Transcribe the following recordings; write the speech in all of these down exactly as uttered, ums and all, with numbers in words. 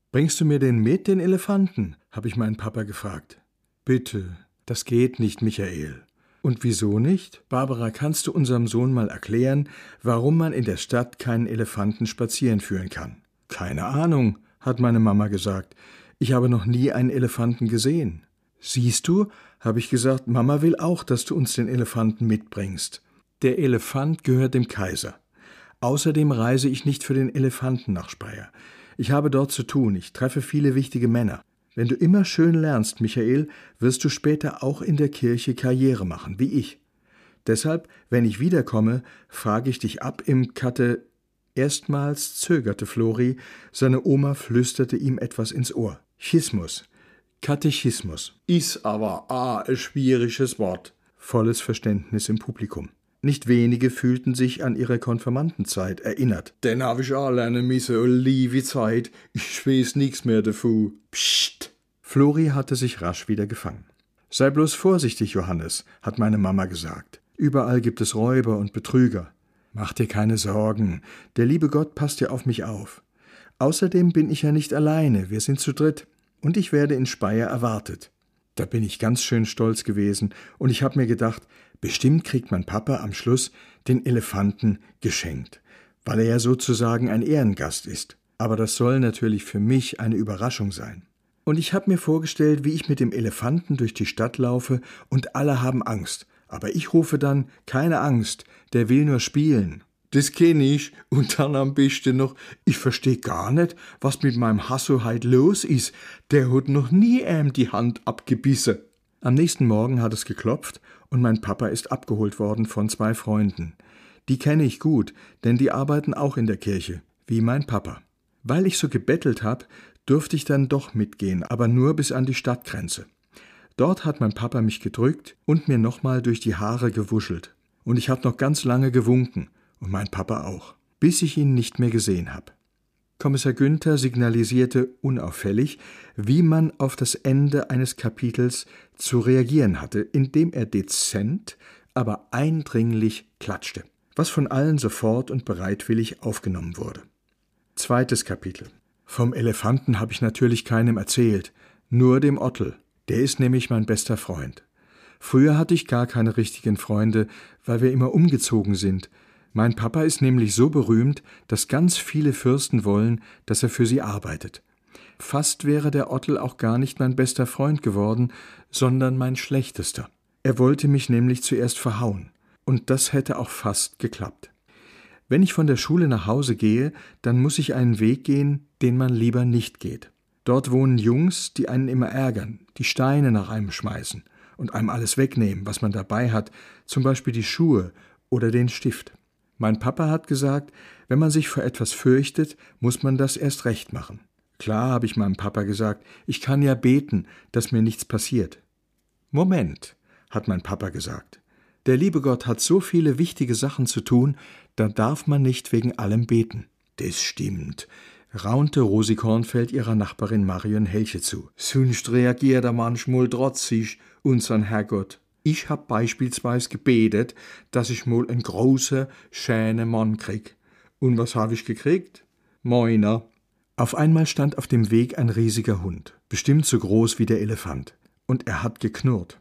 »Bringst du mir den mit, den Elefanten?« habe ich meinen Papa gefragt. »Bitte, das geht nicht, Michael.« »Und wieso nicht? Barbara, kannst du unserem Sohn mal erklären, warum man in der Stadt keinen Elefanten spazieren führen kann?« »Keine Ahnung«, hat meine Mama gesagt. »Ich habe noch nie einen Elefanten gesehen.« »Siehst du«, habe ich gesagt, »Mama will auch, dass du uns den Elefanten mitbringst. Der Elefant gehört dem Kaiser. Außerdem reise ich nicht für den Elefanten nach Speyer. Ich habe dort zu tun, ich treffe viele wichtige Männer. Wenn du immer schön lernst, Michael, wirst du später auch in der Kirche Karriere machen, wie ich. Deshalb, wenn ich wiederkomme, frage ich dich ab im Kate...« Erstmals zögerte Flori, seine Oma flüsterte ihm etwas ins Ohr. Schismus, Katechismus. Is aber a ein schwieriges Wort. Volles Verständnis im Publikum. Nicht wenige fühlten sich an ihre Konfirmandenzeit erinnert. »Den hab ich auch lernen müssen, o liebe Zeit. Ich weiß nichts mehr davon.« Psst! Flori hatte sich rasch wieder gefangen. »Sei bloß vorsichtig, Johannes«, hat meine Mama gesagt. »Überall gibt es Räuber und Betrüger. Mach dir keine Sorgen, der liebe Gott passt ja auf mich auf. Außerdem bin ich ja nicht alleine, wir sind zu dritt. Und ich werde in Speyer erwartet.« Da bin ich ganz schön stolz gewesen und ich habe mir gedacht, bestimmt kriegt mein Papa am Schluss den Elefanten geschenkt, weil er ja sozusagen ein Ehrengast ist. Aber das soll natürlich für mich eine Überraschung sein. Und ich habe mir vorgestellt, wie ich mit dem Elefanten durch die Stadt laufe und alle haben Angst. Aber ich rufe dann, keine Angst, der will nur spielen. Das kenn ich. Und dann am besten noch, ich versteh gar nicht, was mit meinem Hasso heit los ist. Der hat noch nie ihm die Hand abgebissen. Am nächsten Morgen hat es geklopft und mein Papa ist abgeholt worden von zwei Freunden. Die kenne ich gut, denn die arbeiten auch in der Kirche, wie mein Papa. Weil ich so gebettelt habe, durfte ich dann doch mitgehen, aber nur bis an die Stadtgrenze. Dort hat mein Papa mich gedrückt und mir nochmal durch die Haare gewuschelt. Und ich habe noch ganz lange gewunken, und mein Papa auch, bis ich ihn nicht mehr gesehen habe. Kommissar Günther signalisierte unauffällig, wie man auf das Ende eines Kapitels zu reagieren hatte, indem er dezent, aber eindringlich klatschte, was von allen sofort und bereitwillig aufgenommen wurde. Zweites Kapitel. Vom Elefanten habe ich natürlich keinem erzählt, nur dem Ottel. Der ist nämlich mein bester Freund. Früher hatte ich gar keine richtigen Freunde, weil wir immer umgezogen sind. Mein Papa ist nämlich so berühmt, dass ganz viele Fürsten wollen, dass er für sie arbeitet. Fast wäre der Ottel auch gar nicht mein bester Freund geworden, sondern mein schlechtester. Er wollte mich nämlich zuerst verhauen. Und das hätte auch fast geklappt. Wenn ich von der Schule nach Hause gehe, dann muss ich einen Weg gehen, den man lieber nicht geht. Dort wohnen Jungs, die einen immer ärgern, die Steine nach einem schmeißen und einem alles wegnehmen, was man dabei hat, zum Beispiel die Schuhe oder den Stift. Mein Papa hat gesagt, wenn man sich vor etwas fürchtet, muss man das erst recht machen. Klar, habe ich meinem Papa gesagt, ich kann ja beten, dass mir nichts passiert. Moment, hat mein Papa gesagt. Der liebe Gott hat so viele wichtige Sachen zu tun, da darf man nicht wegen allem beten. Das stimmt, raunte Rosi Kornfeld ihrer Nachbarin Marion Helche zu. Sonst reagiert er manchmal trotzig, unsern Herrgott. Ich hab beispielsweise gebetet, dass ich mal einen großen, schönen Mann krieg. Und was habe ich gekriegt? Meiner. Auf einmal stand auf dem Weg ein riesiger Hund, bestimmt so groß wie der Elefant. Und er hat geknurrt.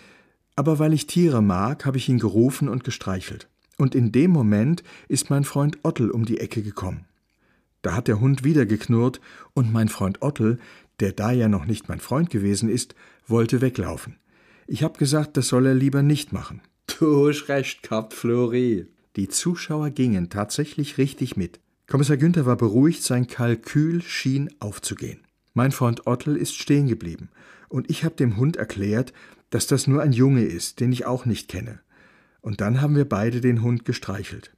Aber weil ich Tiere mag, habe ich ihn gerufen und gestreichelt. Und in dem Moment ist mein Freund Ottel um die Ecke gekommen. Da hat der Hund wieder geknurrt und mein Freund Ottel, der da ja noch nicht mein Freund gewesen ist, wollte weglaufen. Ich habe gesagt, das soll er lieber nicht machen. Du hast recht gehabt, Flori. Die Zuschauer gingen tatsächlich richtig mit. Kommissar Günther war beruhigt, sein Kalkül schien aufzugehen. Mein Freund Ottel ist stehen geblieben und ich habe dem Hund erklärt, dass das nur ein Junge ist, den ich auch nicht kenne. Und dann haben wir beide den Hund gestreichelt.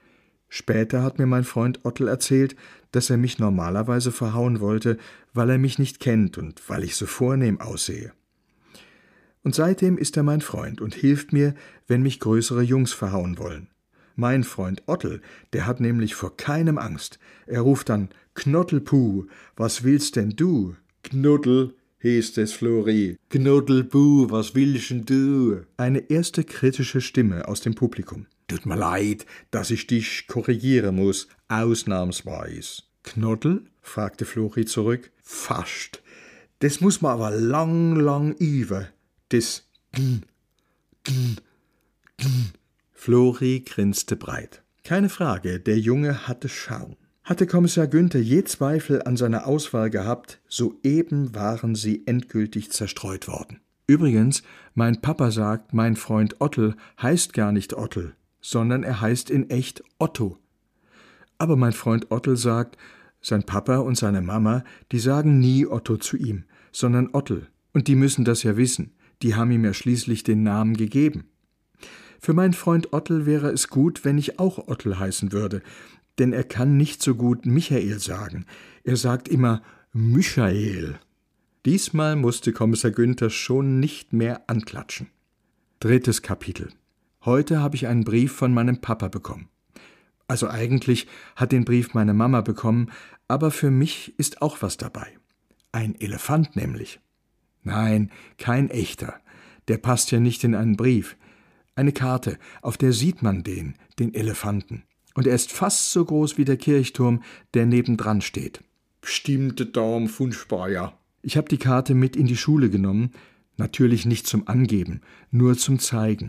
Später hat mir mein Freund Ottel erzählt, dass er mich normalerweise verhauen wollte, weil er mich nicht kennt und weil ich so vornehm aussehe. Und seitdem ist er mein Freund und hilft mir, wenn mich größere Jungs verhauen wollen. Mein Freund Ottel, der hat nämlich vor keinem Angst. Er ruft dann, »Knottelpuh, was willst denn du?« »Knudel«, hieß es Flori. »Knuddelpuh, was willst denn du?« Eine erste kritische Stimme aus dem Publikum. »Tut mir leid, dass ich dich korrigieren muss, ausnahmsweise.« »Knoddel?« fragte Flori zurück. Fast. Das muss man aber lang, lang üben. Das gn, gn, gn. Flori grinste breit. Keine Frage, der Junge hatte Charme. Hatte Kommissar Günther je Zweifel an seiner Auswahl gehabt, soeben waren sie endgültig zerstreut worden. Übrigens, mein Papa sagt, mein Freund Ottel heißt gar nicht Ottel, sondern er heißt in echt Otto. Aber mein Freund Ottel sagt, sein Papa und seine Mama, die sagen nie Otto zu ihm, sondern Ottel. Und die müssen das ja wissen, die haben ihm ja schließlich den Namen gegeben. Für meinen Freund Ottel wäre es gut, wenn ich auch Ottel heißen würde, denn er kann nicht so gut Michael sagen. Er sagt immer Michael. Diesmal musste Kommissar Günther schon nicht mehr anklatschen. Drittes Kapitel. Heute habe ich einen Brief von meinem Papa bekommen. Also eigentlich hat den Brief meine Mama bekommen, aber für mich ist auch was dabei. Ein Elefant nämlich. Nein, kein echter. Der passt ja nicht in einen Brief. Eine Karte, auf der sieht man den, den Elefanten. Und er ist fast so groß wie der Kirchturm, der nebendran steht. Bestimmte Dame von Speyer. Ich habe die Karte mit in die Schule genommen, natürlich nicht zum Angeben, nur zum Zeigen.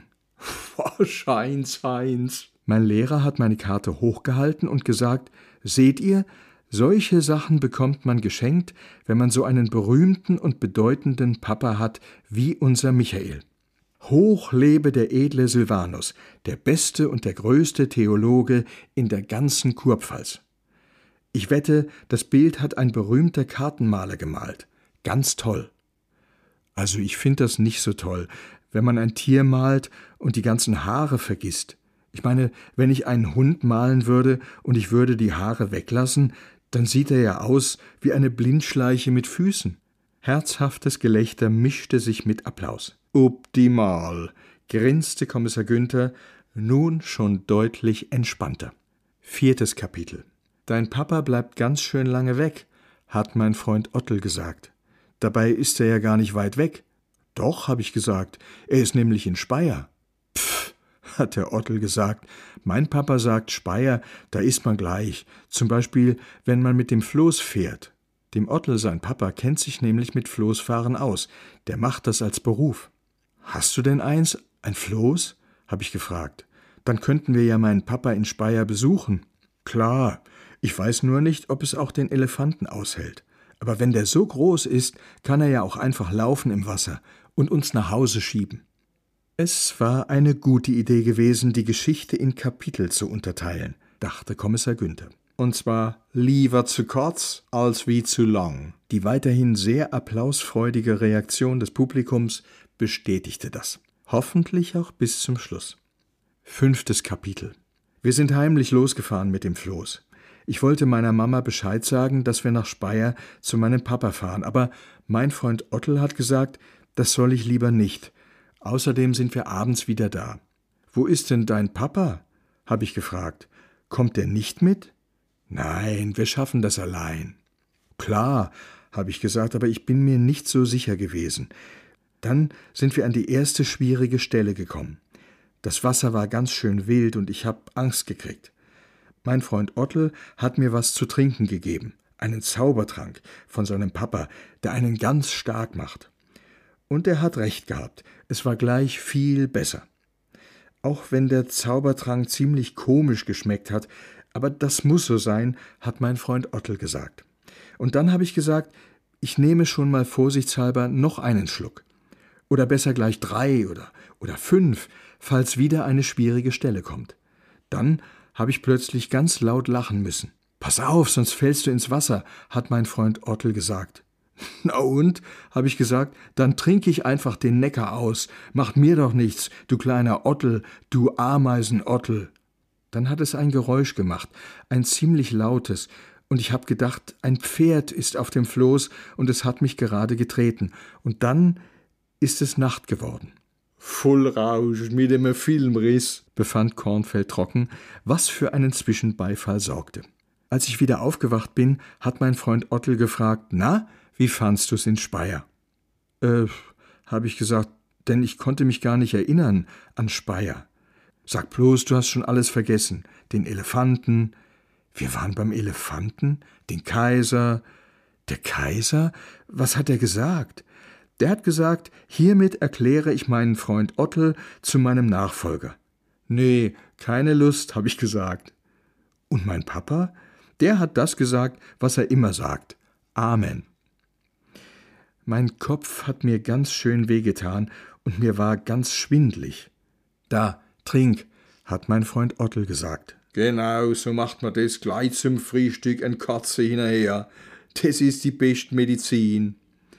Scheins, Heinz. Mein Lehrer hat meine Karte hochgehalten und gesagt, seht ihr, solche Sachen bekommt man geschenkt, wenn man so einen berühmten und bedeutenden Papa hat wie unser Michael. Hoch lebe der edle Silvanus, der beste und der größte Theologe in der ganzen Kurpfalz. Ich wette, das Bild hat ein berühmter Kartenmaler gemalt. Ganz toll. Also ich finde das nicht so toll, wenn man ein Tier malt und die ganzen Haare vergisst. Ich meine, wenn ich einen Hund malen würde und ich würde die Haare weglassen, dann sieht er ja aus wie eine Blindschleiche mit Füßen. Herzhaftes Gelächter mischte sich mit Applaus. Optimal, grinste Kommissar Günther, nun schon deutlich entspannter. Viertes Kapitel. Dein Papa bleibt ganz schön lange weg, hat mein Freund Ottel gesagt. Dabei ist er ja gar nicht weit weg. Doch, habe ich gesagt, er ist nämlich in Speyer. Pff, hat der Ottel gesagt. Mein Papa sagt Speyer, da ist man gleich. Zum Beispiel, wenn man mit dem Floß fährt. Dem Ottel, sein Papa, kennt sich nämlich mit Floßfahren aus. Der macht das als Beruf. Hast du denn eins, ein Floß? Habe ich gefragt. Dann könnten wir ja meinen Papa in Speyer besuchen. Klar, ich weiß nur nicht, ob es auch den Elefanten aushält. Aber wenn der so groß ist, kann er ja auch einfach laufen im Wasser und uns nach Hause schieben. Es war eine gute Idee gewesen, die Geschichte in Kapitel zu unterteilen, dachte Kommissar Günther. Und zwar lieber zu kurz als wie zu lang. Die weiterhin sehr applausfreudige Reaktion des Publikums bestätigte das. Hoffentlich auch bis zum Schluss. Fünftes Kapitel. Wir sind heimlich losgefahren mit dem Floß. Ich wollte meiner Mama Bescheid sagen, dass wir nach Speyer zu meinem Papa fahren, aber mein Freund Ottel hat gesagt, das soll ich lieber nicht. Außerdem sind wir abends wieder da. »Wo ist denn dein Papa?« habe ich gefragt. »Kommt der nicht mit?« »Nein, wir schaffen das allein.« »Klar«, habe ich gesagt, aber ich bin mir nicht so sicher gewesen. Dann sind wir an die erste schwierige Stelle gekommen. Das Wasser war ganz schön wild und ich habe Angst gekriegt. Mein Freund Ottel hat mir was zu trinken gegeben, einen Zaubertrank von seinem Papa, der einen ganz stark macht. Und er hat recht gehabt, es war gleich viel besser. Auch wenn der Zaubertrank ziemlich komisch geschmeckt hat, aber das muss so sein, hat mein Freund Ottel gesagt. Und dann habe ich gesagt, ich nehme schon mal vorsichtshalber noch einen Schluck. Oder besser gleich drei oder, oder fünf, falls wieder eine schwierige Stelle kommt. Dann habe ich plötzlich ganz laut lachen müssen. »Pass auf, sonst fällst du ins Wasser«, hat mein Freund Ottel gesagt. »Na und?«, habe ich gesagt, »dann trinke ich einfach den Neckar aus. Macht mir doch nichts, du kleiner Ottel, du Ameisen-Ottel.« Dann hat es ein Geräusch gemacht, ein ziemlich lautes, und ich habe gedacht, ein Pferd ist auf dem Floß und es hat mich gerade getreten. Und dann ist es Nacht geworden. »Voll Rausch mit dem Filmriss«, befand Kornfeld trocken, was für einen Zwischenbeifall sorgte. Als ich wieder aufgewacht bin, hat mein Freund Ottel gefragt, »Na, wie fandst du's in Speyer?« »Äh«, habe ich gesagt, denn ich konnte mich gar nicht erinnern an Speyer. »Sag bloß, du hast schon alles vergessen, den Elefanten.« Wir waren beim Elefanten, den Kaiser. Der Kaiser? Was hat er gesagt? Der hat gesagt, hiermit erkläre ich meinen Freund Ottel zu meinem Nachfolger. Nee, keine Lust, habe ich gesagt. Und mein Papa? Der hat das gesagt, was er immer sagt. Amen. Mein Kopf hat mir ganz schön wehgetan und mir war ganz schwindlig. Da, trink, hat mein Freund Ottel gesagt. Genau, so macht man das gleich zum Frühstück ein Katze hinterher. Das ist die beste Medizin.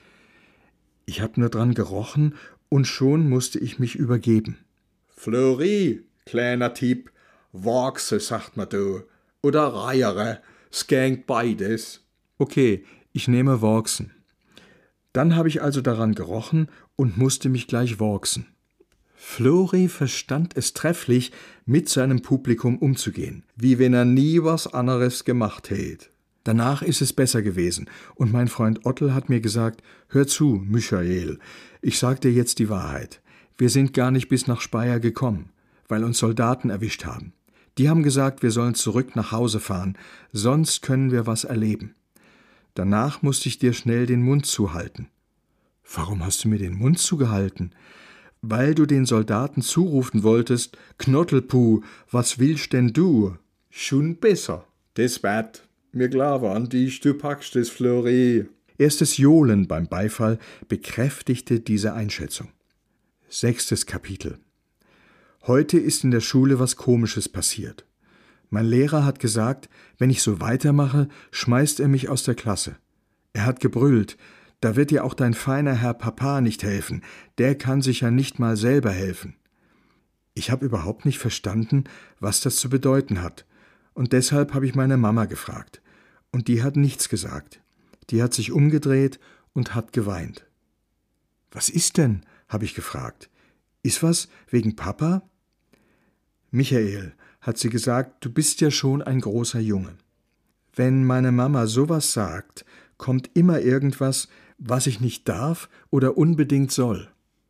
Ich hab nur dran gerochen und schon musste ich mich übergeben. Flori, kleiner Tipp, wachse, sagt man da. Oder reiere, es gängt beides. Okay, ich nehme wachsen. Dann habe ich also daran gerochen und musste mich gleich wachsen. Flori verstand es trefflich, mit seinem Publikum umzugehen, wie wenn er nie was anderes gemacht hätte. Danach ist es besser gewesen und mein Freund Ottel hat mir gesagt, hör zu, Michael, ich sag dir jetzt die Wahrheit. Wir sind gar nicht bis nach Speyer gekommen, weil uns Soldaten erwischt haben. Die haben gesagt, wir sollen zurück nach Hause fahren, sonst können wir was erleben. Danach musste ich dir schnell den Mund zuhalten. Warum hast du mir den Mund zugehalten? Weil du den Soldaten zurufen wolltest, Knottelpuh, was willst denn du? Schon besser. Das wird mir klar waren, die du packst das Flori. Erstes Johlen beim Beifall bekräftigte diese Einschätzung. Sechstes Kapitel. Heute ist in der Schule was Komisches passiert. Mein Lehrer hat gesagt, wenn ich so weitermache, schmeißt er mich aus der Klasse. Er hat gebrüllt, da wird dir auch dein feiner Herr Papa nicht helfen, der kann sich ja nicht mal selber helfen. Ich habe überhaupt nicht verstanden, was das zu bedeuten hat, und deshalb habe ich meine Mama gefragt. Und die hat nichts gesagt. Die hat sich umgedreht und hat geweint. »Was ist denn?« habe ich gefragt. »Ist was wegen Papa?« »Michael«, hat sie gesagt, »du bist ja schon ein großer Junge. Wenn meine Mama sowas sagt, kommt immer irgendwas, was ich nicht darf oder unbedingt soll.«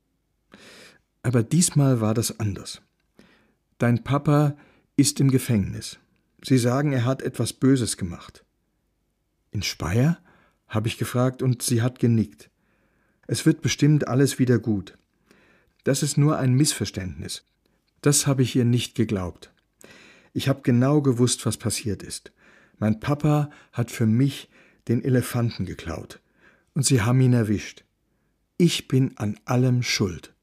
Aber diesmal war das anders. »Dein Papa ist im Gefängnis. Sie sagen, er hat etwas Böses gemacht.« »In Speyer?« habe ich gefragt und sie hat genickt. »Es wird bestimmt alles wieder gut. Das ist nur ein Missverständnis.« Das habe ich ihr nicht geglaubt. Ich habe genau gewusst, was passiert ist. Mein Papa hat für mich den Elefanten geklaut und sie haben ihn erwischt. Ich bin an allem schuld.